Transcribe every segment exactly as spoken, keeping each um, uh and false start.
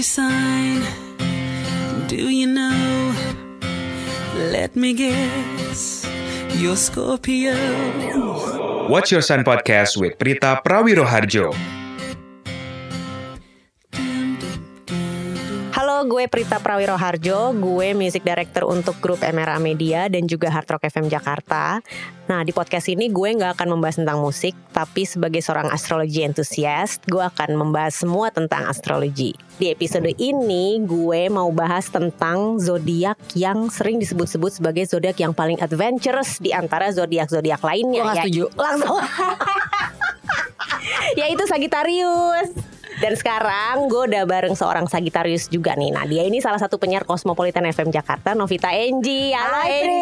your sign? Do you know? Let me guess. You're Scorpio. What's Your Sign Podcast with Prita Prawiroharjo. Halo, gue Prita Prawiroharjo, gue music director untuk grup M R A Media dan juga Hard Rock F M Jakarta. Nah, di podcast ini gue gak akan membahas tentang musik, tapi sebagai seorang astrologi enthusiast, gue akan membahas semua tentang astrologi. Di episode ini, gue mau bahas tentang zodiak yang sering disebut-sebut sebagai zodiak yang paling adventurous di antara zodiak-zodiak lainnya. Gue gak setuju. Langsung. Yaitu Sagittarius. Dan sekarang gue udah bareng seorang Sagittarius juga nih. Nah, dia ini salah satu penyiar Cosmopolitan F M Jakarta, Novita Enji. Halo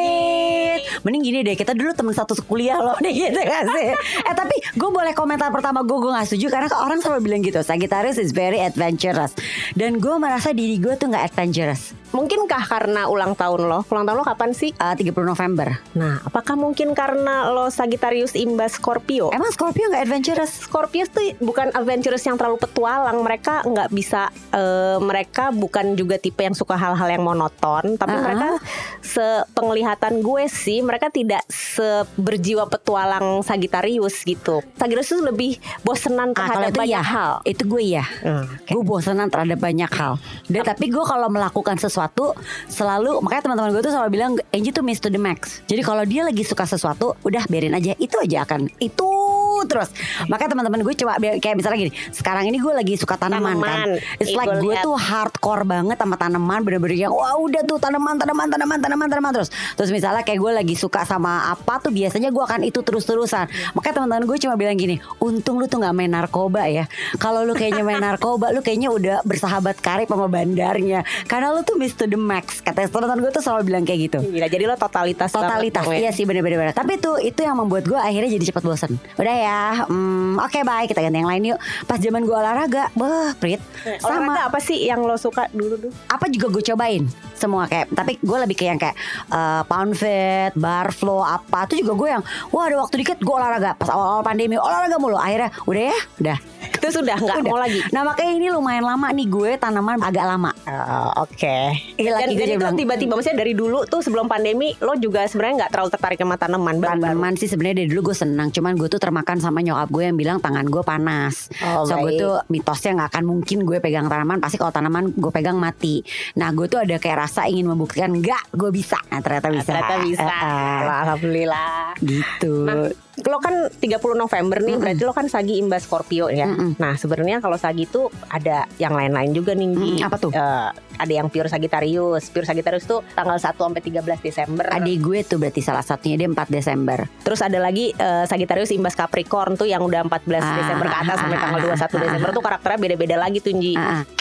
Enji. Mending gini deh, kita dulu temen satu kuliah loh nih gitu kan sih. Eh tapi gue boleh komentar pertama gue gue gak setuju. Karena orang selalu bilang gitu, Sagittarius is very adventurous. Dan gue merasa diri gue tuh gak adventurous. Mungkinkah karena ulang tahun lo? Ulang tahun lo kapan sih? uh, tiga puluh November. Nah, apakah mungkin karena lo Sagittarius imbas Scorpio? Emang Scorpio gak adventurous? Scorpio tuh bukan adventurous yang terlalu petualang. Mereka gak bisa uh, Mereka bukan juga tipe yang suka hal-hal yang monoton. Tapi uh-huh. mereka sepenglihatan gue sih, mereka tidak seberjiwa petualang Sagittarius gitu. Sagittarius tuh lebih bosenan terhadap ah, banyak ya, hal. Itu gue ya uh, okay. Gue bosenan terhadap banyak hal. Dan uh. tapi gue kalau melakukan sesuatu selalu, makanya teman-teman gue tuh selalu bilang Angie tuh miss to the max. Jadi kalau dia lagi suka sesuatu, udah biarin aja, itu aja akan itu terus. Makanya teman-teman gue coba kayak misalnya gini, sekarang ini gue lagi suka tanaman, tanaman. kan. It's like gue tuh hardcore banget sama tanaman, bener-bener yang wah udah tuh tanaman, tanaman, tanaman, tanaman, tanaman terus. Terus misalnya kayak gue lagi suka sama apa tuh biasanya gue akan itu terus-terusan. Makanya teman-teman gue cuma bilang gini, untung lu tuh nggak main narkoba ya. Kalau lu kayaknya main narkoba, lu kayaknya udah bersahabat karib sama bandarnya. Karena lu tuh miss to the max. Kata teman-teman gue tuh selalu bilang kayak gitu. Gila, jadi lo totalitas. Totalitas, iya sih bener-bener. Tapi itu itu yang membuat gue akhirnya jadi cepat bosan. Udah ya. Hmm, Oke okay, baik, kita ganti yang lain yuk. Pas zaman gue olahraga, bah Prit eh, sama. Olahraga apa sih yang lo suka dulu tuh? Apa juga gue cobain semua kayak, tapi gue lebih ke yang kayak uh, pound fit, bar flow apa. Itu juga gue yang wah ada waktu dikit gue olahraga. Pas awal-awal pandemi olahraga mulu. Akhirnya udah ya, udah. Itu sudah nggak mau lagi. Nah makanya ini lumayan lama nih gue tanaman agak lama. uh, Oke okay. Dan, dan itu bilang, tiba-tiba maksudnya dari dulu tuh sebelum pandemi lo juga sebenarnya nggak terlalu tertarik sama tanaman. Tanaman sih sebenarnya dari dulu gue senang. Cuman gue tuh termakan sama nyokap gue yang bilang tangan gue panas. oh, So gue tuh mitosnya nggak akan mungkin gue pegang tanaman. Pasti kalau tanaman gue pegang mati. Nah gue tuh ada kayak rasa ingin membuktikan enggak gue bisa. Nah ternyata bisa. Ternyata bisa. uh, uh. Alhamdulillah. Gitu. Nah, lo kan tiga puluh November nih, mm-mm. berarti lo kan Sagi imbas Scorpio ya. Mm-mm. Nah sebenarnya kalau Sagi tuh ada yang lain-lain juga nih. Mm, apa tuh? Uh, ada yang pure Sagittarius. Pure Sagittarius tuh tanggal satu sampai tiga belas Desember. Adik gue tuh berarti salah satunya, dia empat Desember. Terus ada lagi uh, Sagittarius imbas Capricorn tuh yang udah empat belas ah, Desember ke atas ah, sampai tanggal dua puluh satu ah, Desember ah, tuh karakternya beda-beda lagi tuh Nji. Ah, ah.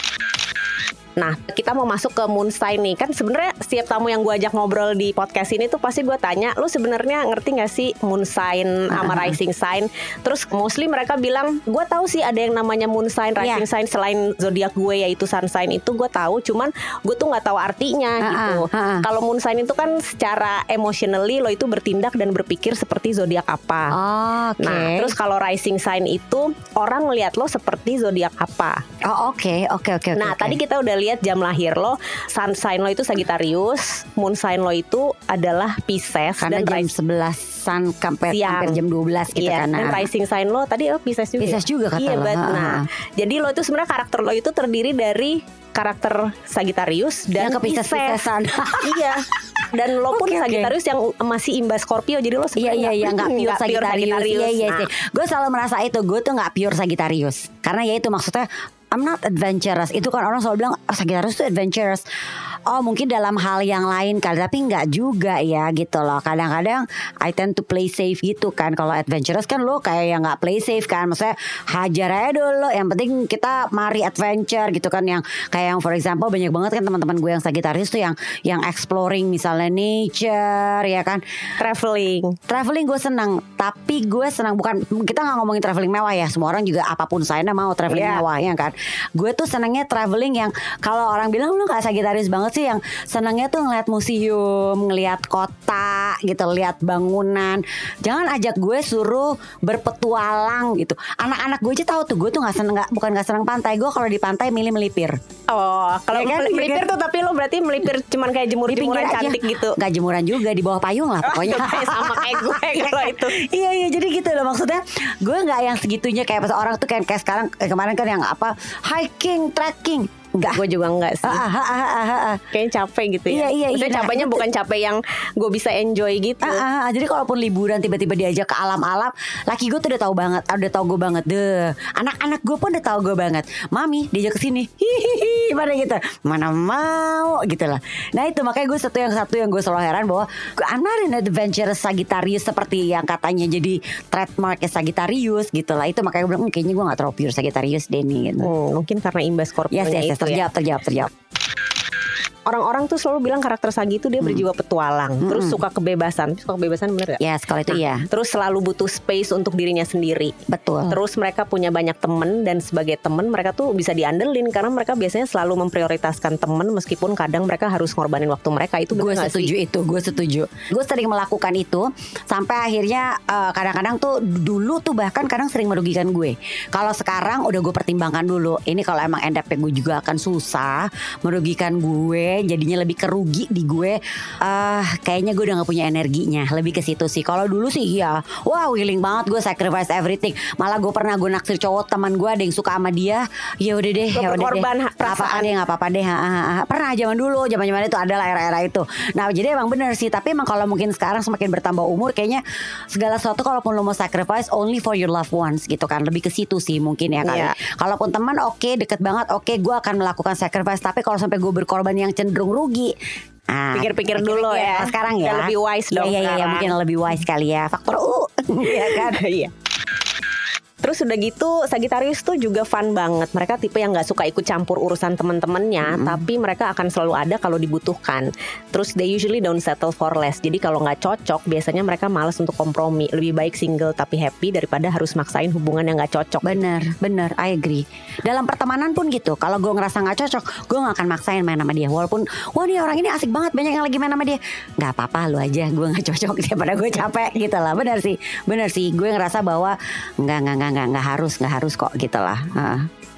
Nah, kita mau masuk ke moon sign nih. Kan sebenarnya setiap tamu yang gue ajak ngobrol di podcast ini tuh pasti gue tanya, lu sebenarnya ngerti gak sih moon sign sama rising sign? Terus mostly mereka bilang, gue tahu sih ada yang namanya moon sign, rising yeah. sign. Selain zodiak gue yaitu sun sign itu gue tahu, cuman gue tuh nggak tahu artinya uh-uh, gitu. Uh-uh. Kalau moon sign itu kan secara emotionally lo itu bertindak dan berpikir seperti zodiak apa. Oh, okay. Nah, terus kalau rising sign itu orang ngelihat lo seperti zodiak apa. Oh, oke, okay. oke, okay, oke. Okay, nah, okay. tadi kita udah lihat jam lahir lo, sun sign lo itu Sagittarius, moon sign lo itu adalah Pisces. Karena dan jam sebelasan sampai hampir jam dua belas gitu iya, kan. Dan rising sign lo tadi oh, Pisces juga. Pisces juga kata iya, lo. Nah, jadi lo itu sebenarnya karakter lo itu terdiri dari karakter Sagittarius dan ya, Pisces-Piscesan. Iya. Dan lo pun okay, Sagittarius okay. yang masih imbas Scorpio. Jadi lo sebenarnya iya iya nggak pure, pure Sagittarius. Iya iya nah. sih. Gue selalu merasa itu, gue tuh nggak pure Sagittarius. Karena ya itu maksudnya I'm not adventurous. Itu kan orang selalu bilang oh, Sagittarius tuh adventurous. Oh mungkin dalam hal yang lain kali, tapi nggak juga ya gitu loh. Kadang-kadang I tend to play safe gitu kan. Kalau adventurous kan lo kayak yang nggak play safe kan. Maksudnya hajar aja dulu. Yang penting kita mari adventure gitu kan. Yang kayak yang for example banyak banget kan teman-teman gue yang Sagittarius tuh yang yang exploring misalnya nature ya kan. Traveling. Traveling gue senang. Tapi gue senang bukan, kita nggak ngomongin traveling mewah ya. Semua orang juga apapun saya mau traveling yeah. mewah ya kan. Gue tuh senangnya traveling yang kalau orang bilang lu nggak Sagittarius banget introvert sih yang senangnya tuh ngeliat museum, ngeliat kota gitu, lihat bangunan. Jangan ajak gue suruh berpetualang gitu. Anak-anak gue aja tahu tuh gue tuh nggak seneng, nggak bukan nggak seneng pantai. Gue kalau di pantai milih melipir. Oh, kalau Ya kan, melipir ya kan? tuh tapi lo berarti melipir cuman kayak Di pinggir jemur-jemuran aja. cantik gitu. Nggak jemuran juga, di bawah payung lah pokoknya. Kayak sama kayak gue kalau itu. Iya iya jadi gitu loh maksudnya. Gue nggak yang segitunya kayak pas orang tuh kayak, kayak sekarang eh, kemarin kan yang apa hiking, trekking. Enggak. Gue juga enggak sih. Ah, ah, ah, ah, ah, ah. Kayaknya capek gitu ya. Iya, iya, Maksudnya iya. capeknya Nah, bukan capek yang gue bisa enjoy gitu. Ah, ah, ah. Jadi kalaupun liburan tiba-tiba diajak ke alam-alam, laki gue tuh udah tahu banget, udah tahu gue banget deh. Anak-anak gue pun udah tahu gue banget. Mami diajak ke sini, hihihi, mana gitu, mana mau gitu lah. Nah itu makanya gue satu yang satu yang gue selalu heran bahwa I'm not an adventurous Sagittarius seperti yang katanya jadi trademarknya Sagittarius gitu lah. Itu makanya gue bilang "Hmm, kayaknya gue nggak terlalu pure Sagittarius deh nih. Gitu. Hmm, mungkin karena imbas Scorpio Yes, yes, yes, itu terjawab, ya. terjawab, terjawab. Orang-orang tuh selalu bilang karakter Sagi itu dia berjiwa petualang, terus suka kebebasan. Suka kebebasan bener gak? Yes, kalau itu iya. Terus selalu butuh space untuk dirinya sendiri. Betul. Terus mereka punya banyak temen dan sebagai temen mereka tuh bisa diandelin karena mereka biasanya selalu memprioritaskan temen meskipun kadang mereka harus ngorbanin waktu mereka. Itu Gue bener gak setuju sih? itu, gue setuju. Gue sering melakukan itu sampai akhirnya eh, kadang-kadang tuh dulu tuh bahkan kadang sering merugikan gue. Kalau sekarang udah gue pertimbangkan dulu. Ini kalau emang end up-nya gue juga akan susah, merugikan gue, jadinya lebih kerugi di gue. Ah, kayaknya gue udah nggak punya energinya. Lebih ke situ sih. Kalau dulu sih ya, wah willing banget gue sacrifice everything. Malah gue pernah gue naksir cowok teman gue ada yang suka sama dia. Ya udah deh, Lo ya udah deh. berkorban Apa-apa perasaan. deh, nggak apa-apa deh. Ha, ha, ha. Pernah zaman dulu, zaman-zaman itu adalah era-era itu. Nah jadi emang bener sih. Tapi emang kalau mungkin sekarang semakin bertambah umur, kayaknya segala sesuatu kalaupun lo mau sacrifice only for your loved ones gitu kan. Lebih ke situ sih mungkin ya kali. Iya. Kalaupun teman oke, deket banget oke, gue akan melakukan sacrifice. Tapi kalau sampai gue berkorban yang cenderung rugi, ah, Pikir-pikir dulu ya. kalau sekarang ya. Udah lebih wise dong Iya iya iya sekarang. mungkin lebih wise kali ya. Faktor U. Iya kan. Iya. Terus udah gitu Sagittarius tuh juga fun banget. Mereka tipe yang gak suka ikut campur urusan teman-temannya, mm-hmm. tapi mereka akan selalu ada kalau dibutuhkan. Terus they usually don't settle for less. Jadi kalau gak cocok biasanya mereka malas untuk kompromi. Lebih baik single tapi happy daripada harus maksain hubungan yang gak cocok. Bener, bener, I agree. Dalam pertemanan pun gitu. Kalau gue ngerasa gak cocok, gue gak akan maksain main sama dia. Walaupun, wah nih orang ini asik banget, banyak yang lagi main sama dia. Gak apa-apa, lu aja, gue gak cocok daripada gue capek gitu lah. Bener sih, bener sih. Gue ngerasa bahwa Enggak, enggak, enggak, enggak, enggak harus, enggak harus kok gitu lah. Heeh.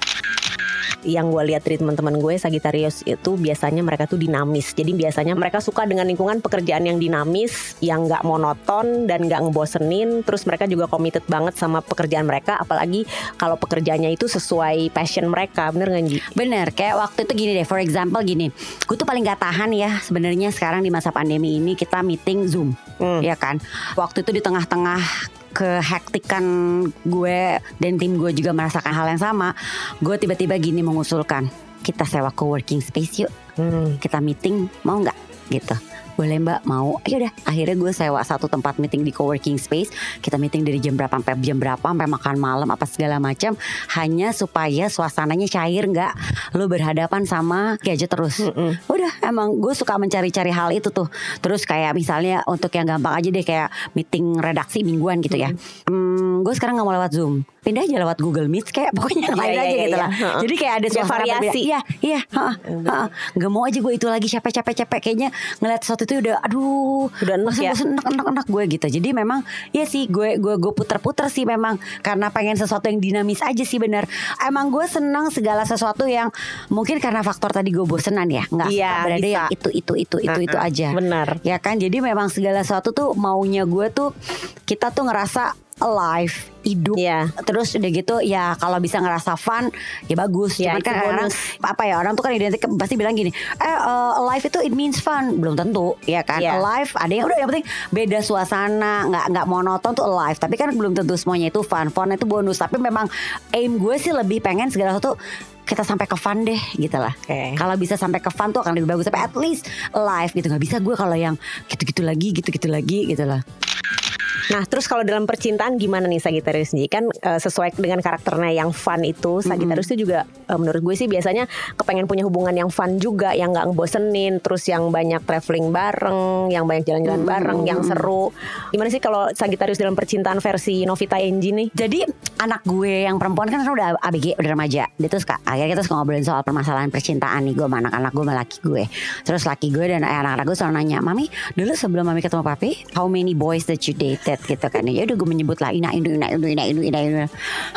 Yang gue lihat dari teman-teman gue Sagittarius itu biasanya mereka tuh dinamis. Jadi biasanya mereka suka dengan lingkungan pekerjaan yang dinamis, yang gak monoton dan gak ngebosenin. Terus mereka juga committed banget sama pekerjaan mereka, apalagi kalau pekerjaannya itu sesuai passion mereka. Bener gak Ji? Bener, kayak waktu itu gini deh, for example gini, gue tuh paling gak tahan ya sebenarnya sekarang di masa pandemi ini kita meeting Zoom, Hmm. ya kan. Waktu itu di tengah-tengah kehektikan gue dan tim gue juga merasakan hal yang sama, gue tiba-tiba gini mengusulkan, kita sewa co-working space yuk, Hmm. kita meeting mau nggak gitu. Boleh mbak, mau. Ya udah, akhirnya gue sewa satu tempat meeting di co-working space. Kita meeting dari jam berapa sampai jam berapa, sampai makan malam apa segala macam, hanya supaya suasananya cair, nggak lo berhadapan sama gadget terus. Mm-mm. Udah, emang gue suka mencari-cari hal itu tuh. Terus kayak misalnya untuk yang gampang aja deh, kayak meeting redaksi mingguan gitu ya. Hmm, gue sekarang nggak mau lewat Zoom, pindah aja lewat Google Meet, kayak pokoknya yang lain Iya, aja iya, gitu iya. lah. Heeh. Jadi kayak ada Ada suasana variasi. berbeda. Iya, iya, heeh, heeh. Nggak mau aja gue itu lagi capek-capek-capek, kayaknya ngeliat sesuatu itu udah aduh, Udah enak ya. bosen, enak, enak, enak gue gitu. Jadi memang ya sih gue gue gue puter-puter sih memang karena pengen sesuatu yang dinamis aja sih, benar. Emang gue senang segala sesuatu yang mungkin karena faktor tadi gue bosenan ya, nggak Iya, suka berada bisa. yang itu itu itu itu itu Uh-uh, aja. benar. Ya kan, jadi memang segala sesuatu tuh maunya gue tuh kita tuh ngerasa alive, hidup. Iya. Terus udah gitu ya kalau bisa ngerasa fun ya bagus. Ya, Cuman itu kan kadang-kadang bonus. apa ya, orang tuh kan identik pasti bilang gini, eh uh, alive itu it means fun. Belum tentu, ya kan. Iya. Alive ada yang udah yang penting beda suasana, nggak nggak monoton tuh alive. Tapi kan belum tentu semuanya itu fun. Fun itu bonus. Tapi memang aim gue sih lebih pengen segala sesuatu kita sampai ke fun deh gitu lah. Oke. Kalau bisa sampai ke fun tuh akan lebih bagus. Tapi at least alive gitu. Nggak bisa gue kalau yang gitu-gitu lagi, gitu-gitu lagi gitu lah. Nah terus kalau dalam percintaan gimana nih Sagittarius nih? Kan uh, sesuai dengan karakternya yang fun itu, Sagittarius itu juga uh, menurut gue sih biasanya kepengen punya hubungan yang fun juga, yang gak ngebosenin, terus yang banyak traveling bareng, yang banyak jalan-jalan bareng, yang seru. Gimana sih kalau Sagittarius dalam percintaan versi Novita Enji nih? Jadi anak gue yang perempuan kan udah A B G, udah remaja. Dia tuh suka, akhirnya kita suka ngobrolin soal permasalahan percintaan nih, gue sama anak-anak gue sama laki gue. Terus laki gue dan eh, anak-anak gue selalu nanya, Mami dulu sebelum Mami ketemu Papi, how many boys that you dated gitu kan. Ya udah gue menyebut lah ina indu ina indu ina indu ina indu.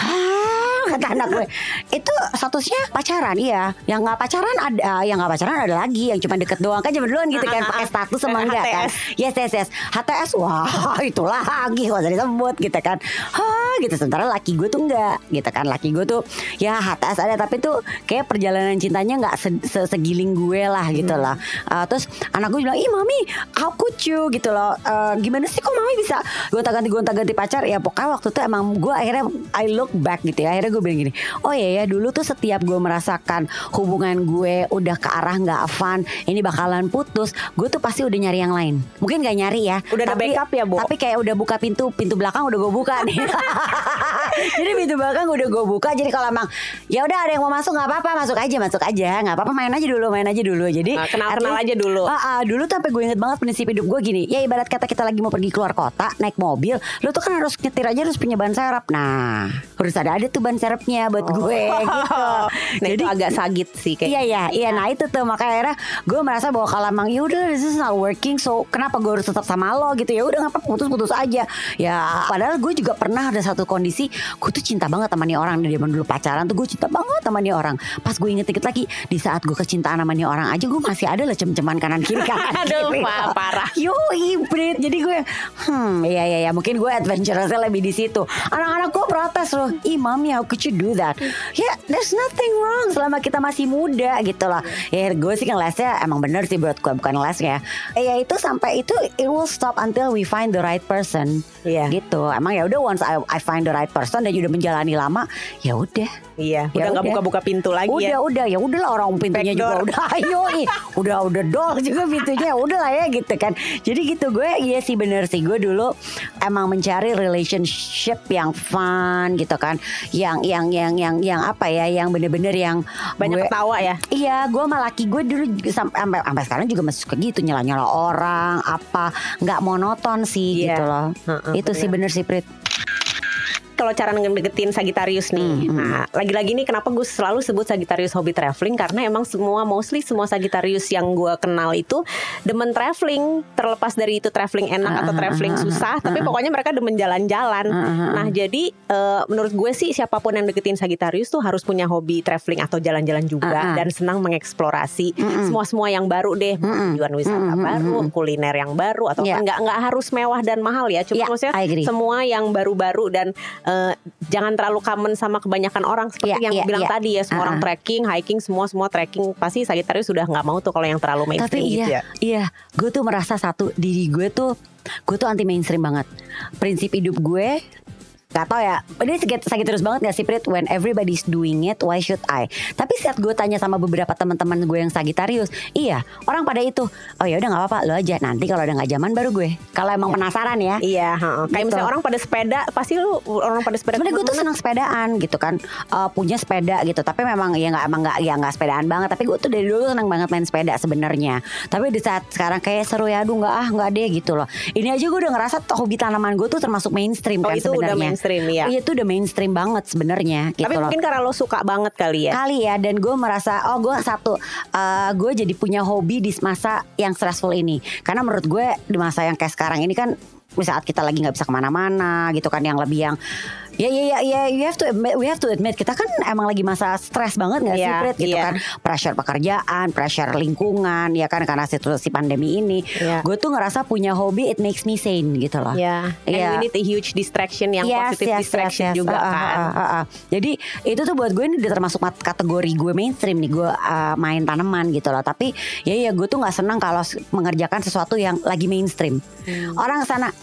Kata anak gue itu statusnya pacaran. Iya, yang nggak pacaran ada, yang nggak pacaran ada lagi, yang cuma deket doang kan zaman duluan gitu kan, pakai status sama enggak kan. Yes yes yes H T S, wah itu lagi gak usah disebut gitu kan. Hah gitu. Sementara laki gue tuh enggak gitu kan. Laki gue tuh ya H T S ada, tapi tuh kayak perjalanan cintanya nggak se -se segiling gue lah gitu hmm. lah. uh, Terus anak gue bilang, ih Mami how could you gitu loh, uh, gimana sih kok Mami bisa gonta-ganti gonta-ganti pacar. Ya pokoknya waktu itu emang gue akhirnya I look back gitu ya, akhirnya gue bilang gini, oh iya ya dulu tuh setiap gue merasakan hubungan gue udah ke arah nggak fun, ini bakalan putus, gue tuh pasti udah nyari yang lain. Mungkin gak nyari ya, udah ada tapi, backup ya Bo, tapi kayak udah buka pintu, pintu belakang udah gue buka nih. Jadi pintu belakang udah gue buka. Jadi kalau emang ya udah ada yang mau masuk nggak apa-apa, masuk aja masuk aja, nggak apa-apa, main aja dulu main aja dulu. Jadi nah, kenal-kenal aja dulu. Uh, uh, dulu tuh sampai gue inget banget prinsip hidup gue gini, ya ibarat kata kita lagi mau pergi keluar kota naik mobil, lu tuh kan harus nyetir aja, harus punya ban serep. Nah harus ada ada tuh ban serepnya buat oh. gue gitu. Nah, jadi itu agak sagit sih kayak. Iya iya iya. Nah itu tuh makanya akhirnya gue merasa bahwa kalau emang ya udah this is not working, so kenapa gue harus tetap sama lo gitu. Ya udah ngapa putus-putus aja. Ya padahal gue juga pernah ada satu kondisi, gue tuh cinta banget sama nih orang. Dari zaman dulu pacaran tuh gue cinta banget sama nih orang. Pas gue inget-inget lagi, di saat gue kecintaan sama nih orang aja, gue masih ada lah cem-ceman kanan kiri kanan aduh kiri. parah. Yo ibrit. Jadi gue hmm iya iya ya mungkin gue adventurousnya lebih di situ. Anak-anak gue protes loh, ih Mami how could you do that. Ya yeah, there's nothing wrong selama kita masih muda gitu loh. Ya gue sih ngelesnya emang bener sih buat gue, bukan les ya. Ya itu sampai itu it will stop until we find the right person. Iya. Yeah. Gitu. Emang ya udah once I, I find the right person dan udah menjalani lama, ya udah. Iya. Ya udah nggak buka-buka pintu lagi udah, ya. Udah udah ya udahlah, orang pintunya juga udah ayo ih. Udah udah dol juga pintunya, udah lah ya gitu kan. Jadi gitu gue iya sih bener sih, gue dulu emang mencari relationship yang fun gitu kan. Yang yang yang yang yang apa ya, yang bener-bener yang banyak gue, ketawa ya. Iya, gue sama laki gue dulu sampai sampai sekarang juga masih suka gitu, nyala-nyala orang apa, nggak monoton sih yeah. gitu loh. Uh-uh, itu bener. Sih bener sih Prit. Kalau cara ngedeketin Sagittarius nih, hmm, nah hmm. lagi-lagi nih kenapa gue selalu sebut Sagittarius hobi traveling, karena emang semua mostly semua Sagittarius yang gue kenal itu demen traveling, terlepas dari itu traveling enak uh, atau traveling uh, susah, uh, tapi uh, pokoknya mereka demen jalan-jalan. Uh, uh, nah jadi uh, menurut gue sih siapapun yang deketin Sagittarius tuh harus punya hobi traveling atau jalan-jalan juga, uh, uh. dan senang mengeksplorasi uh, uh. semua-semua yang baru deh, uh, tujuan wisata uh, uh, baru, uh, kuliner yang baru, atau yeah. nggak nggak harus mewah dan mahal ya, cuma yeah, maksudnya semua yang baru-baru dan Uh, jangan terlalu common sama kebanyakan orang seperti yeah, yang yeah, bilang yeah. tadi ya, semua uh-uh. orang trekking, hiking, semua semua trekking, pasti Sagittarius sudah nggak mau tuh kalau yang terlalu mainstream. Tapi gitu iya, ya. Iya, gue tuh merasa satu, diri gue tuh gue tuh anti mainstream banget. Prinsip hidup gue gak tau ya, ini Sagittarius banget gak sih Prit? When everybody's doing it, why should I? Tapi saat gue tanya sama beberapa teman-teman gue yang Sagittarius, iya, orang pada itu, oh ya udah nggak apa-apa, lo aja. Nanti kalau udah nggak zaman baru gue. Kalau emang ya. penasaran ya. Iya. Kayak gitu. Misalnya orang pada sepeda, pasti lu orang pada sepeda. Sebenarnya gue tuh senang sepedaan gitu kan, uh, punya sepeda gitu. Tapi memang ya nggak emang nggak ya nggak sepedaan banget. Tapi gue tuh dari dulu senang banget main sepeda sebenarnya. Tapi di saat sekarang kayak seru ya, aduh nggak ah nggak deh gitu loh. Ini aja gue udah ngerasa hobi tanaman gue tuh termasuk mainstream oh, kan sebenarnya. Ya. Iya itu udah mainstream banget sebenarnya. Gitu Tapi loh. Mungkin karena lo suka banget kali ya. Kali ya, dan gue merasa oh gue satu, uh, gue jadi punya hobi di masa yang stressful ini. Karena menurut gue di masa yang kayak sekarang ini kan, di saat kita lagi nggak bisa kemana-mana gitu kan, yang lebih yang ya ya ya ya you have to admit, we have to admit kita kan emang lagi masa stres banget nggak yeah, sih Prit gitu yeah. kan, pressure pekerjaan, pressure lingkungan ya kan, karena situasi pandemi ini. Yeah. Gue tuh ngerasa punya hobi it makes me sane gitu loh. Ya. Yeah. And yeah. we need a huge distraction yang yes, positive yes, distraction yes, yes. juga uh, kan. Uh, uh, uh, uh. Jadi itu tuh buat gue ini udah termasuk kategori gue mainstream nih, gue uh, main tanaman gitu loh. Tapi ya ya gue tuh nggak senang kalau mengerjakan sesuatu yang lagi mainstream. Hmm. Orang sana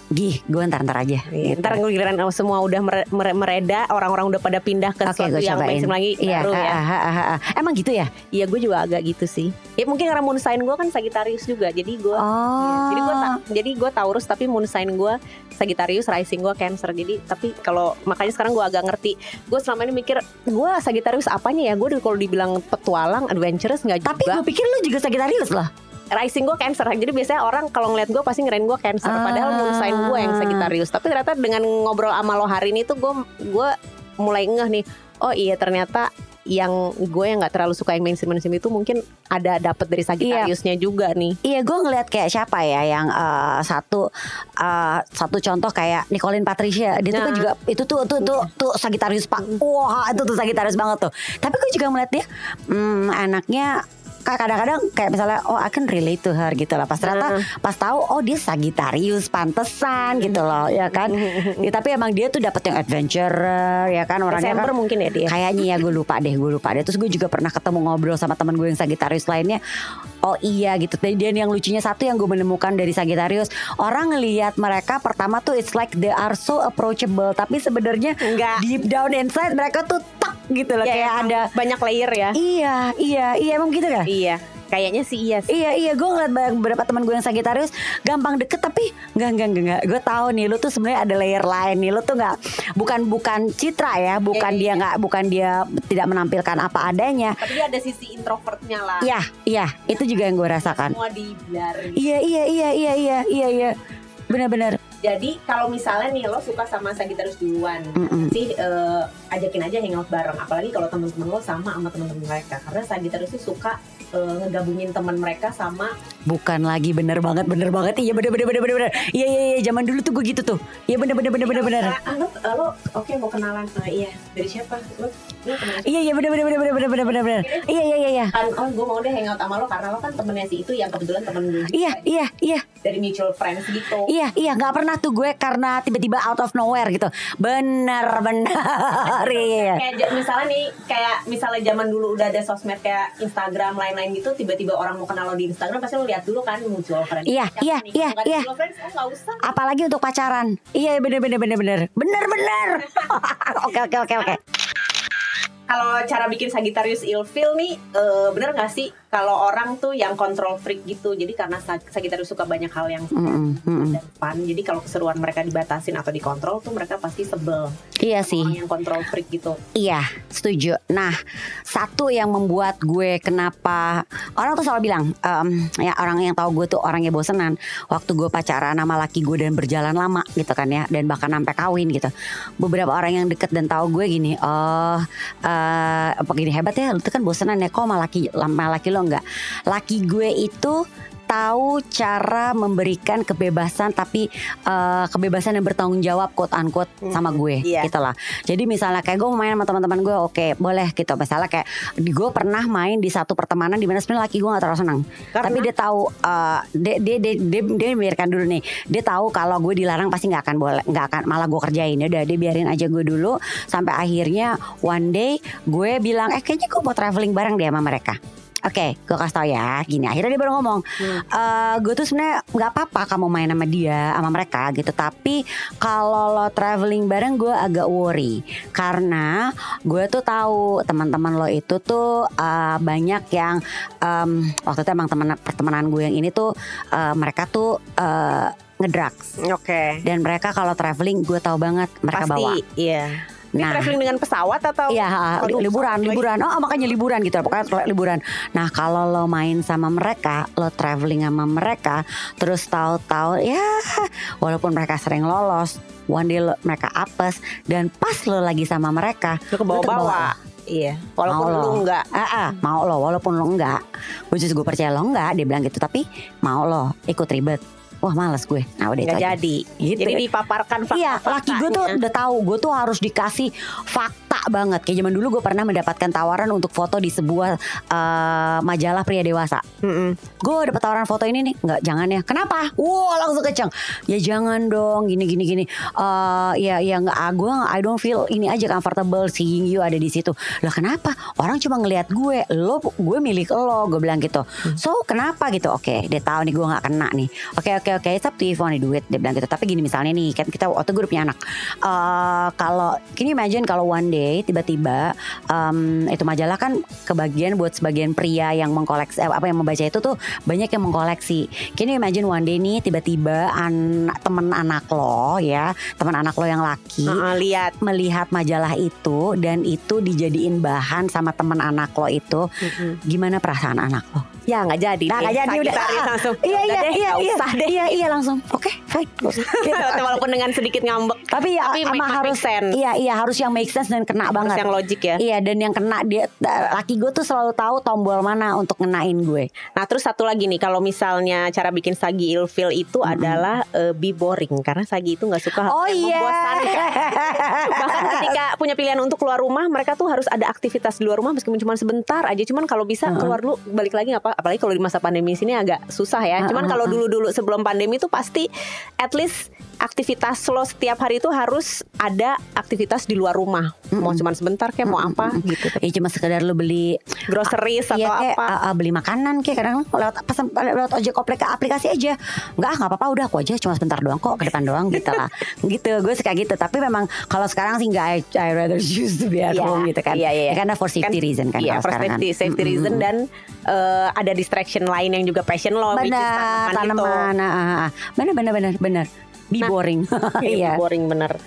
Gih, gue ntar-ntar aja. Iya, ntar giliran semua udah mere- mere- mereda, orang-orang udah pada pindah ke Oke, sesuatu gue yang cobain. mainstream lagi Iya, baru ah, ya. ah, ah, ah, ah. Emang gitu ya? Iya, gue juga agak gitu sih. Ya mungkin karena moon sign gue kan Sagittarius juga, jadi gue, Oh. iya, jadi gue, ta- jadi gue Taurus tapi moon sign gue Sagittarius, rising gue Cancer. Jadi tapi kalau makanya sekarang gue agak ngerti. Gue selama ini mikir gue Sagittarius apanya ya? Gue kalau dibilang petualang, adventurous nggak juga. Tapi gue pikir lu juga Sagittarius loh. Rising gue Cancer, jadi biasanya orang kalau ngeliat gue pasti ngirain gue Cancer, Ah. padahal moon sign gue yang Sagittarius. Tapi ternyata dengan ngobrol sama lo hari ini tuh gue gue mulai ngeh nih, oh iya ternyata yang gue yang nggak terlalu suka yang mainstream mainstream itu mungkin ada dapet dari Sagittariusnya juga nih. Iya, gue ngeliat kayak siapa ya yang uh, satu uh, satu contoh kayak Nicolene Patricia, dia tuh kan Nah. juga itu tuh tuh tuh tuh Sagittarius pak, wah itu tuh Sagittarius banget tuh. Tapi gue juga ngeliat dia, hmm, anaknya kayak kadang-kadang kayak misalnya oh I can relate to her gitu lah. Pas ternyata pas tahu oh dia Sagittarius pantesan gitu loh ya kan. Ya, tapi emang dia tuh dapet yang adventurer ya kan orangnya Desember kan. mungkin ya dia. Kayaknya ya gue lupa deh, gue lupa deh. Terus gue juga pernah ketemu ngobrol sama teman gue yang Sagittarius lainnya. Oh iya gitu. Dan yang lucunya satu yang gue menemukan dari Sagittarius, orang ngelihat mereka pertama tuh it's like they are so approachable, tapi sebenarnya Enggak. deep down inside mereka tuh tak gitu loh, Ya, kayak emang ada. banyak layer ya. Iya, iya, iya emang gitu kan? Iya, kayaknya sih iya sih. Iya iya gue ngeliat banyak beberapa teman gue yang Sagittarius gampang deket, tapi enggak enggak enggak, enggak. Gue tahu nih lu tuh sebenarnya ada layer lain nih, lu tuh nggak bukan bukan citra ya, bukan Iya, dia iya. nggak bukan dia tidak menampilkan apa adanya. Tapi dia ada sisi introvertnya lah. Iya iya itu juga yang gue rasakan. Semua dibiarin. Iya iya iya iya iya iya iya benar-benar. Jadi kalau misalnya nih lo suka sama Sagittarius duluan, Mm-mm. sih eh, ajakin aja hangout bareng. Apalagi kalau teman-teman lo sama sama teman-teman mereka, karena Sagittarius itu suka eh, ngegabungin teman mereka sama. Bukan lagi bener banget bener banget iya bener bener bener bener bener. Iya iya iya zaman dulu tuh gue gitu tuh. Iya bener bener bener bener bener. Ah, lo, eh, lo oke mau kenalan? Eh, iya dari siapa? Lo, lo kenalan siapa? Iya iya bener bener bener bener bener bener bener bener. Iya iya iya iya. Kan, oh gue mau deh hangout sama lo karena lo kan temennya si itu yang kebetulan temen gue juga. Iya iya iya. Dari mutual friends gitu. Iya iya nggak pernah tuh gue karena tiba-tiba out of nowhere gitu. Bener bener iya. Kayak ja- misalnya nih, kayak misalnya zaman dulu udah ada sosmed kayak Instagram lain-lain gitu, tiba-tiba orang mau kenal lo di Instagram pasti lo lihat dulu kan mutual friends. Iya, Siapa iya, nih? iya, Kalau nggak ada iya. mutual friends, oh nggak usah. Apalagi untuk pacaran. Iya bener bener bener bener bener bener. Oke oke oke oke. Kalau cara bikin Sagittarius ilfeel nih, eh, bener nggak sih kalau orang tuh yang control freak gitu, jadi karena Sag- Sagittarius suka banyak hal yang Mm-mm, mm-mm. dan fun, jadi kalau keseruan mereka dibatasin atau dikontrol tuh mereka pasti sebel. Iya sih. Orang yang control freak gitu. Iya, setuju. Nah, satu yang membuat gue kenapa orang tuh selalu bilang, em, ya orang yang tahu gue tuh orangnya bosenan. Waktu gue pacaran sama laki gue dan berjalan lama gitu kan ya, dan bahkan sampai kawin gitu. Beberapa orang yang deket dan tahu gue gini, oh, eh, apa gini hebat ya, lu tuh kan bosenan ya, kok sama laki, sama laki lo enggak? Laki gue itu tahu cara memberikan kebebasan, tapi uh, kebebasan yang bertanggung jawab quote unquote sama gue Iya. gitu lah. Jadi misalnya kayak gue main sama teman-teman gue, oke boleh gitu. Misalnya kayak di- gue pernah main di satu pertemanan di mana sebenarnya laki gue gak terlalu senang. Karena? Tapi dia tahu uh, dia dia dia dia, dia biarkan dulu nih. Dia tahu kalau gue dilarang pasti nggak akan boleh, nggak akan malah gue kerjain. Ya udah dia biarin aja gue dulu sampai akhirnya one day gue bilang eh kayaknya gue mau traveling bareng deh sama mereka. Oke, gue kasih tau ya, gini akhirnya dia baru ngomong, "Eh, gue tuh sebenarnya nggak apa-apa kamu main sama dia, sama mereka gitu. Tapi kalau lo traveling bareng gue agak worry, karena gue tuh tahu teman-teman lo itu tuh eh, banyak yang em, waktu itu emang teman pertemanan gue yang ini tuh eh, mereka tuh eh, ngedrugs. Oke. Dan mereka kalau traveling gue tahu banget mereka Pasti, bawa. iya. Ini Nah. traveling dengan pesawat atau? Iya, li- Aduh, liburan, pesawat liburan. Oh, makanya liburan gitu. Pokoknya liburan. Nah, kalau lo main sama mereka, lo traveling sama mereka, terus tahu-tahu ya, walaupun mereka sering lolos, one day lo, mereka apes, dan pas lo lagi sama mereka, Lu ke lo tuh bawah-bawah. Iya. Walaupun Mau lu lo. enggak. Ah, ah, mau lo, walaupun lo enggak. Which is gue percaya lo enggak, dia bilang gitu. Tapi mau lo ikut ribet. Wah males gue. Nah udah Nggak itu aja. jadi. Gitu. Jadi dipaparkan Iya, laki gue tuh fakta-faktanya. udah tahu gue tuh harus dikasih fakta kena banget. Kayak zaman dulu gue pernah mendapatkan tawaran untuk foto di sebuah uh, majalah pria dewasa. Gue dapet tawaran foto ini nih, nggak, jangan ya. Kenapa? Wow, langsung keceng. Ya jangan dong, gini gini gini. Uh, ya ya nggak, gue I don't feel ini aja comfortable seeing you ada di situ. Lah kenapa? Orang cuma ngelihat gue, lo gue milik lo, gue bilang gitu. Hmm. So kenapa gitu? Oke, dia tahu nih gue nggak kena nih. Oke oke oke, it's up to you if you wanna do it, dia bilang gitu. Tapi gini misalnya nih, kan kita waktu gue udah punya anak. Uh, kalau, can you imagine kalau one day tiba-tiba um, itu majalah kan kebagian buat sebagian pria yang mengkoleksi eh, apa yang membaca itu tuh banyak yang mengkoleksi. Can you imagine one day nih tiba-tiba anak teman anak lo ya, teman anak lo yang laki uh, lihat melihat majalah itu dan itu dijadiin bahan sama teman anak lo itu, mm-hmm. gimana perasaan anak lo? Ya nggak jadi. Nah, nggak jadi udah. Langsung. Iya iya deh, iya iya. Usah deh. Iya iya langsung. Oke, okay, fine. Walaupun dengan sedikit ngambek. Tapi ya tapi emang harus sense. Iya iya harus yang make sense dan kena harus banget. Yang logik ya. Iya, dan yang kena dia laki gue tuh selalu tahu tombol mana untuk ngenain gue. Nah, terus satu lagi nih, kalau misalnya cara bikin Sagi ilfeel itu mm-hmm. adalah uh, be boring, karena Sagi itu nggak suka hal oh, yang yeah. membosankan. Bahkan ketika punya pilihan untuk keluar rumah, mereka tuh harus ada aktivitas di luar rumah meskipun cuma sebentar aja. Cuman kalau bisa uh-huh. keluar dulu, balik lagi apa? Apalagi kalau di masa pandemi sini agak susah ya. Cuman uh-huh. kalau dulu-dulu sebelum pandemi tuh pasti at least aktivitas lo setiap hari itu harus ada aktivitas di luar rumah. Mm-hmm. Mau cuma sebentar kayak mau mm-hmm. apa gitu. Ya cuma sekedar lo beli groceries atau ya, kayak, apa. Uh, uh, beli makanan kayak kadang lewat pesan lewat ojek aplikasi aja. Enggak, enggak apa-apa, udah aku aja cuma sebentar doang kok, ke depan doang gitu lah. Gitu, gue suka gitu. Tapi memang kalau sekarang sih enggak, I, I rather choose to be at yeah. home gitu kan. Yeah, yeah, yeah. Ya, karena for safety kan, reason kan. Iya, for safety, kan. safety mm-hmm. reason dan uh, ada distraction lain yang juga passion lo. Benar, tanaman. Nah, benar benar benar benar. Be nah, boring. Iya, boring bener.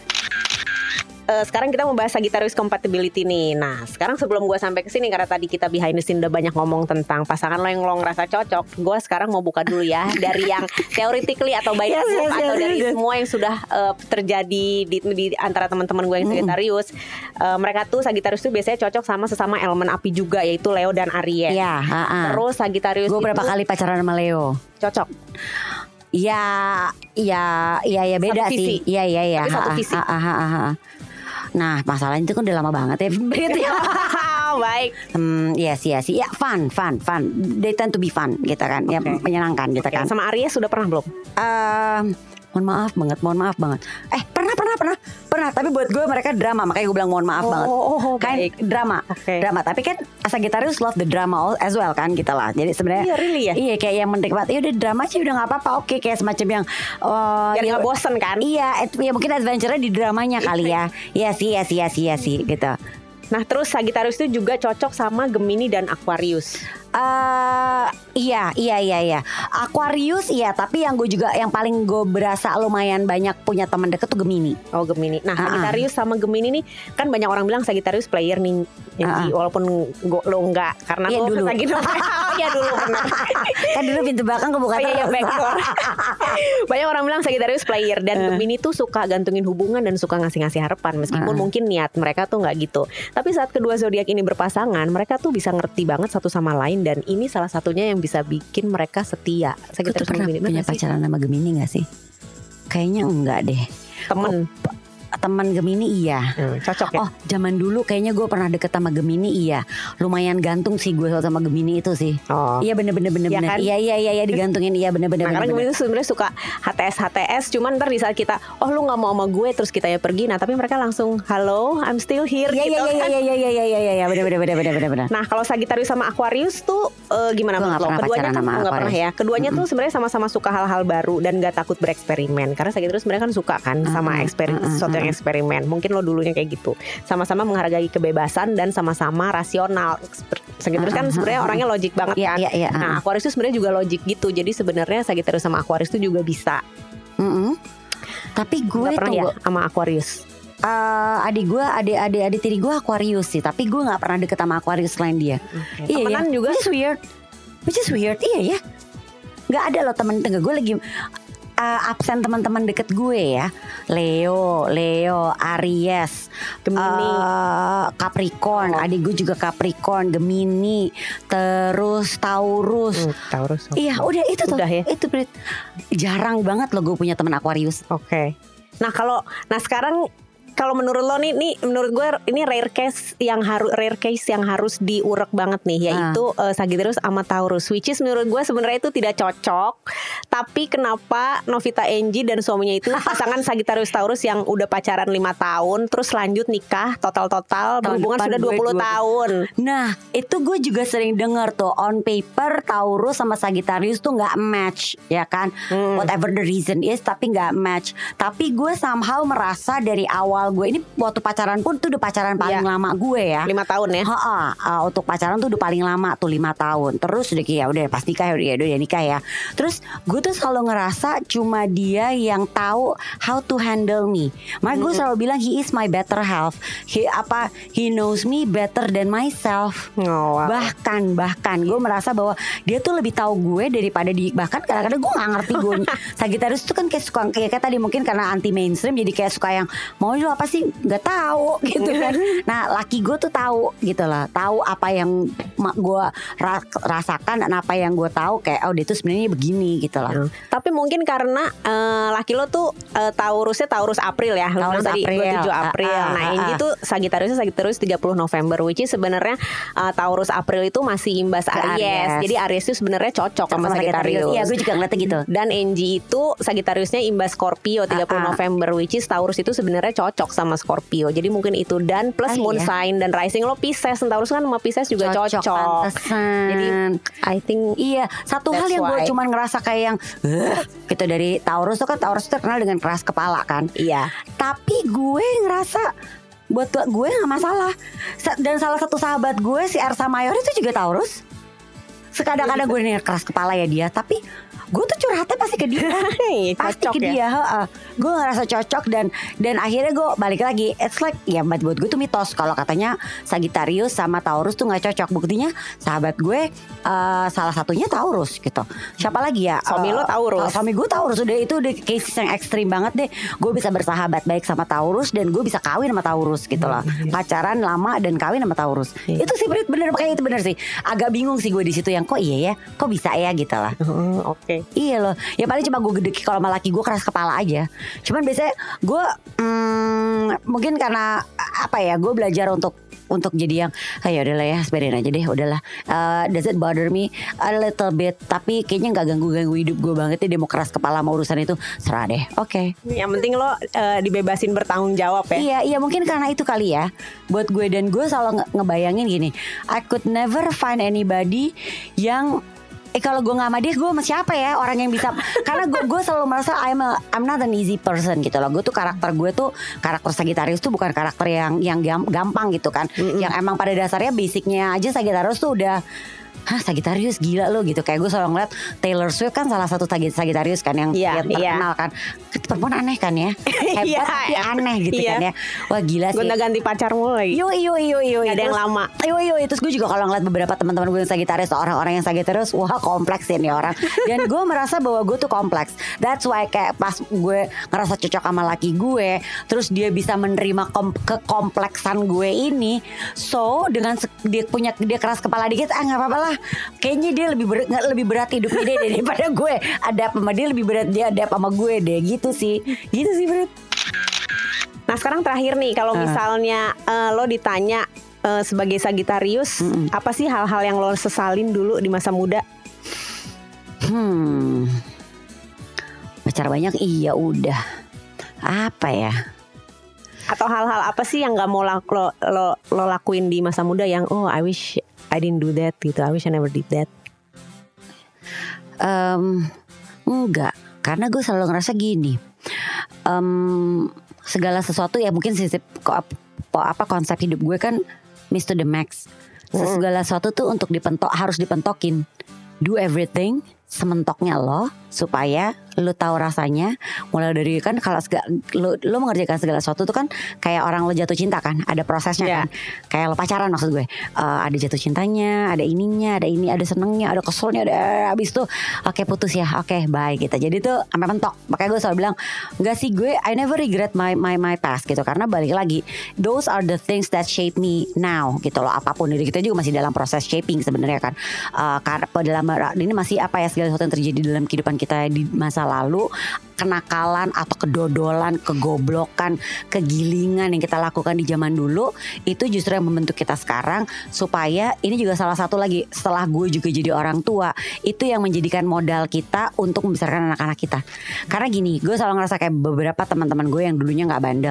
Uh, sekarang kita membahas Sagittarius compatibility nih. Nah, sekarang sebelum gue sampai ke sini, karena tadi kita behind the scene udah banyak ngomong tentang pasangan lo yang lo ngerasa cocok, gue sekarang mau buka dulu ya dari yang theoretically atau by yes, yes, atau yes, dari yes. semua yang sudah uh, terjadi di, di antara teman-teman gue yang Sagittarius. Mm. Uh, mereka tuh Sagittarius tuh biasanya cocok sama sesama elemen api juga, yaitu Leo dan Aries. Iya. Uh-uh. Terus Sagittarius gue berapa kali pacaran sama Leo? Cocok. Ya, ya, ya, ya beda sih. Iya, iya, iya. Tapi satu visi. Ha, ha, ha, ha. Nah, masalahnya itu kan udah lama banget ya. Baik. Hmm, yes, yes, ya, fun, fun, fun. They tend to be fun, gitu kan. Okay. Ya, menyenangkan, gitu okay. kan. Sama Aries sudah pernah belum? Uh, mohon maaf banget, mohon maaf banget. Eh, pernah, pernah, pernah, pernah. Tapi buat gue mereka drama, makanya gue bilang mohon maaf oh, banget. Oh, oh, kan baik. drama, okay. drama. Tapi kan Sagittarius love the drama as well kan, gitu lah. Jadi sebenarnya, iya, really ya? Iya, kayak yang menikmati. Ya udah drama sih udah nggak apa-apa. Oke, kayak semacam yang. Uh, Biar ya, nggak bosen kan? Iya, ya mungkin adventure-nya di dramanya kali ya. Iya sih, iya sih, iya sih, iya sih, gitu. Nah, terus Sagittarius itu juga cocok sama Gemini dan Aquarius. Uh, iya, iya, iya, iya. Aquarius iya, tapi yang gue juga yang paling gue berasa lumayan banyak punya teman deket tuh Gemini. Oh, Gemini. Nah, uh-uh. Sagittarius sama Gemini nih kan banyak orang bilang Sagittarius player nih, uh-uh. walaupun gue, lo enggak karena iya, lo dulu. Sagittarius. Oh iya dulu benar. Kan dulu pintu belakang kebuka terus. Oh, iya, backdoor. Banyak orang bilang Sagittarius player dan uh. Gemini tuh suka gantungin hubungan dan suka ngasih-ngasih harapan meskipun uh. mungkin niat mereka tuh nggak gitu. Tapi saat kedua zodiak ini berpasangan, mereka tuh bisa ngerti banget satu sama lain. Dan ini salah satunya yang bisa bikin mereka setia. Saya tuh pernah Gemini. punya pacaran sama Gemini gak sih? Kayaknya enggak deh. Temen oh, teman Gemini iya. hmm, Cocok ya. Oh zaman dulu kayaknya gue pernah deket sama Gemini iya. Lumayan gantung sih gue sama Gemini itu sih. oh. Iya bener-bener bener ya, bener. kan? Iya iya iya iya digantungin iya bener-bener. Nah, karena Gemini itu sebenarnya suka H T S H T S. Cuman ntar di saat kita oh lu gak mau sama gue terus kita ya pergi. Nah tapi mereka langsung hello I'm still here ya, gitu ya, kan. Iya iya iya iya iya iya bener-bener bener-bener bener-bener. Nah kalau Sagittarius sama Aquarius tuh uh, gimana menurut lo? Keduanya kan gak pernah ya. Keduanya mm-hmm. tuh sebenarnya sama-sama suka hal-hal baru dan gak takut bereksperimen. Karena Sagittarius sebenarnya kan suka kan mm-hmm. sama eksperimen, mm-hmm. sesuatu yang eksperimen. Mungkin lo dulunya kayak gitu. Sama-sama menghargai kebebasan dan sama-sama rasional. Sagittarius kan sebenarnya orangnya logik banget yeah, kan. yeah, yeah, uh. Nah Aquarius itu sebenarnya juga logik gitu. Jadi sebenarnya Sagittarius sama Aquarius itu juga bisa. Mm-hmm. Tapi gue gak pernah tuh ya sama Aquarius. Uh, adik gue, adik adik adik tiri gue Aquarius sih. Tapi gue nggak pernah deket sama Aquarius selain dia. Okay. Iya, temenan ya? Juga. Which is weird. Which is weird. Iya ya. Nggak ada loh temen tengah gue lagi. Uh, absen teman-teman deket gue ya. Leo, Leo, Aries, Gemini, uh, Capricorn. Oh. Adik gue juga Capricorn, Gemini, terus Taurus. Hmm, Taurus. Okay. Iya, udah itu tuh. Udah ya. Itu jarang banget loh gue punya teman Aquarius. Oke. Okay. Nah kalau, nah sekarang kalau menurut lo nih, nih menurut gue ini rare case yang harus rare case yang harus diurek banget nih, yaitu uh. uh, Sagittarius sama Taurus, which is menurut gue sebenarnya itu tidak cocok. Tapi kenapa Novita Angie dan suaminya itu pasangan Sagittarius Taurus yang udah pacaran lima tahun, terus lanjut nikah total-total berhubungan sudah dua puluh tahun. Nah, itu gue juga sering dengar tuh, on paper Taurus sama Sagittarius tuh nggak match, ya kan? Hmm. Whatever the reason is, tapi nggak match. Tapi gue somehow merasa dari awal gue ini waktu pacaran pun tuh udah pacaran paling ya. lama gue ya. Lima tahun ya. Ha-ha, uh, untuk pacaran tuh udah paling lama tuh lima tahun. Terus udah kayak udah pas nikah ya udah udah nikah ya. Terus gue tuh selalu ngerasa cuma dia yang tahu how to handle me. Makanya gue selalu bilang he is my better half. He apa he knows me better than myself. Oh, wow. Bahkan bahkan gue merasa bahwa dia tuh lebih tahu gue daripada di bahkan kadang-kadang gue nggak ngerti gue. Sagittarius tuh kan kayak suka kayak, kayak tadi mungkin karena anti mainstream jadi kayak suka yang mau lu apa sih nggak tahu gitu kan. Nah laki gue tuh tahu gitu lah, tahu apa yang gue ra- rasakan dan apa yang gue tahu kayak oh dia tuh sebenarnya begini gitu lah. Hmm. Tapi mungkin karena uh, laki lo tuh uh, Taurusnya Taurus April ya. Taurus tadi April. dua puluh tujuh April. Uh, uh, nah, Angie uh, tuh Sagittariusnya Sagittarius tiga puluh November, which is sebenarnya uh, Taurus April itu masih imbas Aries. Aries. Jadi Aries itu sebenarnya cocok sama, sama Sagittarius. Iya, gue juga ngeliatnya gitu. Dan Angie itu Sagittariusnya imbas Scorpio tiga puluh uh, uh. November, which is Taurus itu sebenarnya cocok sama Scorpio. Jadi mungkin itu dan plus ah, moon iya. sign dan rising lo Pisces. Taurus kan sama Pisces juga cocok. cocok. Jadi I think iya, satu hal yang gue cuman ngerasa kayak yang uh, gitu dari Taurus tuh kan Taurus terkenal dengan keras kepala kan. Iya. Tapi gue ngerasa buat gue nggak masalah. Dan salah satu sahabat gue si Ersa Mayor itu juga Taurus. Sekadang-kadang gue nih keras kepala ya dia, tapi gue tuh curhatnya pasti ke dia. Pasti ke dia. Ya? Gue ngerasa cocok dan dan akhirnya gue balik lagi. It's like ya buat gue tuh mitos kalau katanya Sagittarius sama Taurus tuh nggak cocok. Buktinya sahabat gue uh, salah satunya Taurus gitu. Siapa lagi ya? Suami uh, lo Taurus. Uh, suami gue Taurus. Udah itu udah case yang ekstrim banget deh. Gue bisa bersahabat baik sama Taurus dan gue bisa kawin sama Taurus gitu loh. Pacaran lama dan kawin sama Taurus. Itu sih bener kayak itu bener sih. Agak bingung sih gue di situ yang kok iya ya, kok bisa ya gitu lah. Uh, Oke. Okay. Iya loh. Ya paling cuma gue gede kalau sama laki gue keras kepala aja. Cuman biasanya gue hmm, mungkin karena apa ya, gue belajar untuk untuk jadi yang ah, ya udahlah ya sebedain aja deh udahlah. Uh, does it bother me a little bit, tapi kayaknya nggak ganggu-ganggu hidup gue banget deh. Dia mau keras kepala mau urusan itu serah deh. Oke. Okay. Yang penting lo uh, dibebasin bertanggung jawab ya. Iya iya mungkin karena itu kali ya buat gue. Dan gue selalu nge- ngebayangin gini, I could never find anybody yang Eh kalau gue gak sama dia, gue sama siapa ya orang yang bisa. Karena gue gue selalu merasa I'm a, I'm not an easy person gitu loh. Gue tuh karakter gue tuh karakter Sagittarius tuh bukan karakter yang yang gampang gitu kan. Mm-hmm. Yang emang pada dasarnya basicnya aja Sagittarius tuh udah hah Sagittarius gila lo gitu. Kayak gue selalu ngeliat Taylor Swift kan salah satu Sagittarius kan yang, yeah, yang terkenal yeah. kan. Perempuan aneh kan ya. Hebat yeah, tapi aneh gitu yeah. kan ya. Wah gila sih. Gonta ganti pacar mulu lagi. Yo yo yo yo. Ada yang lama. Yo yo. Terus gue juga kalau ngeliat beberapa teman-teman gue yang Sagittarius, orang-orang yang Sagittarius, wah kompleks ya nih orang. Dan gue merasa bahwa gue tuh kompleks. That's why kayak pas gue ngerasa cocok sama laki gue, terus dia bisa menerima kom- kekompleksan gue ini. So dengan se- dia punya dia keras kepala dikit, ah nggak apa-apa lah. Kayaknya dia lebih berat, lebih berat hidupnya dia daripada gue. Ada sama dia lebih berat dia ada sama gue deh gitu sih. Gitu sih berat. Nah sekarang terakhir nih, kalau uh. misalnya uh, lo ditanya uh, sebagai Sagittarius, mm-mm. apa sih hal-hal yang lo sesalin dulu di masa muda? Hmm, pacar banyak, iya udah. Apa ya? Atau hal-hal apa sih yang nggak mau lo, lo lo lakuin di masa muda yang oh I wish I didn't do that gitu, I wish I never did that? Um, enggak, karena gue selalu ngerasa gini. Um, segala sesuatu ya mungkin sisi apa konsep hidup gue kan miss to the max. Segala sesuatu tuh untuk dipentok harus dipentokin. Do everything sementoknya lo supaya lo tahu rasanya. Mulai dari kan kalau lo lo mengerjakan segala sesuatu tuh kan kayak orang lo jatuh cinta kan, ada prosesnya yeah. kan. Kayak lo pacaran maksud gue, uh, ada jatuh cintanya, ada ininya, ada ini, ada senengnya, ada keselnya, ada abis tuh oke okay, putus ya, oke okay, bye gitu. Jadi tuh sampai mentok. Makanya gue selalu bilang enggak sih, gue I never regret my my my past gitu, karena balik lagi those are the things that shape me now gitu loh. Apapun dari kita juga masih dalam proses shaping sebenarnya kan. Uh, karena dalam ini masih apa ya segala sesuatu yang terjadi dalam kehidupan kita di masa lalu kenakalan atau kedodolan, kegoblokan, kegilingan yang kita lakukan di zaman dulu, itu justru yang membentuk kita sekarang. Supaya ini juga salah satu lagi, setelah gue juga jadi orang tua, itu yang menjadikan modal kita untuk membesarkan anak-anak kita. Karena gini, gue selalu ngerasa kayak beberapa teman-teman gue yang dulunya nggak bandel,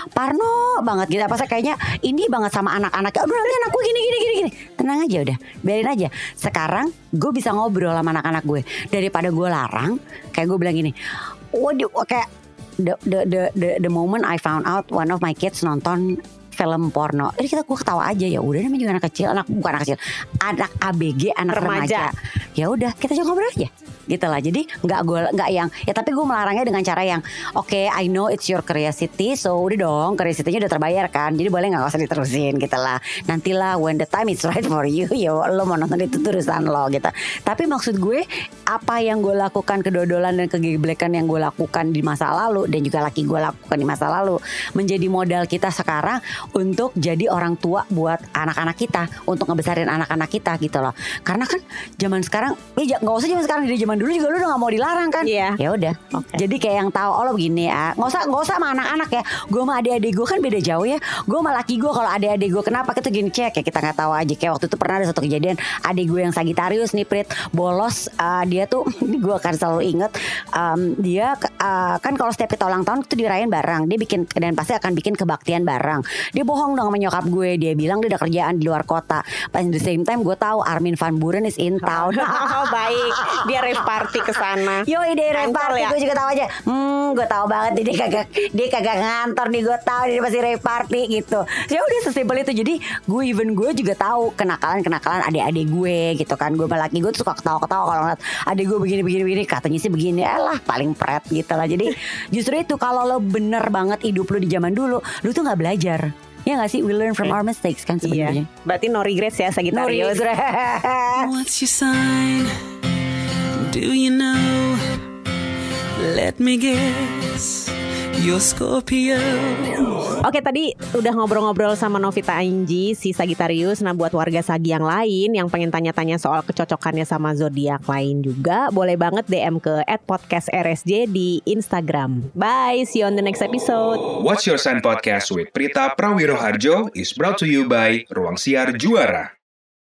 parno banget gitu, apa sih kayaknya ini banget sama anak-anaknya. Aduh nanti anak gue gini gini gini gini. Tenang aja udah, biarin aja. Sekarang gue bisa ngobrol sama anak-anak gue daripada gue larang. Kayak gue bilang gini, waduh kayak the, the the the the moment I found out one of my kids nonton film porno, jadi kita gue ketawa aja, ya udah namanya juga anak kecil, anak bukan anak kecil, anak A B G, anak remaja, remaja. Ya udah kita juga ngobrol aja gitu lah. Jadi nggak gue nggak yang ya, tapi gue melarangnya dengan cara yang oke, okay, I know it's your curiosity, so udah dong, curiosity-nya udah terbayar kan, jadi boleh nggak usah diterusin gitu lah. Nantilah when the time is right for you, ya lo mau nonton itu urusan lo gitu. Tapi maksud gue, apa yang gue lakukan, kedodolan dan kegeblekan yang gue lakukan di masa lalu dan juga laki gue lakukan di masa lalu, menjadi modal kita sekarang untuk jadi orang tua buat anak-anak kita, untuk ngebesarin anak-anak kita gitu loh. Karena kan zaman sekarang, ya nggak usah zaman sekarang, di zaman dulu juga lu udah nggak mau dilarang kan? Iya. Ya udah. Okay. Jadi kayak yang tahu, oh lo begini ya, nggak usah nggak usah sama anak-anak ya. Gue sama adik-adik gue kan beda jauh ya. Gue sama laki gue, kalau adik-adik gue kenapa kita gini cek ya, kita nggak tahu aja. Kayak waktu itu pernah ada satu kejadian, adik gue yang Sagittarius nih Prit, bolos, uh, dia tuh gue akan selalu inget, um, dia uh, kan kalau setiap kita ulang tahun itu dirayain bareng, dia bikin dan pasti akan bikin kebaktian bareng. Dia bohong dong sama nyokap gue, dia bilang dia ada kerjaan di luar kota. But at the same time gue tahu Armin van Buuren is in town. Oh baik, dia rave party ke sana. Yo ide rave party ya? Gue juga tahu aja. Hmm, gue tahu banget dia kagak dia kagak ngantor nih, gue tahu dia pasti rave party gitu. Ya udah sesimpel itu. Jadi gue even gue juga tahu kenakalan-kenakalan adik-adik gue gitu kan. Gue sama laki gue tuh suka ketawa-ketawa kalau ngeliat adik gue begini-begini, katanya sih begini, alah paling pret gitu lah. Jadi justru itu, kalau lo bener banget hidup lo di zaman dulu, lo tuh nggak belajar. Ya gak sih, we learn from our mistakes kan sebenarnya. Iya. Berarti no regrets ya Sagittarius. No regrets. What's your sign? Do you know? Let me guess. You're Scorpio. Oke, tadi udah ngobrol-ngobrol sama Novita Angie, si Sagittarius. Nah, buat warga Sagi yang lain yang pengen tanya-tanya soal kecocokannya sama zodiak lain juga, boleh banget D M ke et podcast R S J di Instagram. Bye, see you on the next episode. What's Your Sign Podcast with Prita Prawiroharjo is brought to you by Ruang Siar Juara.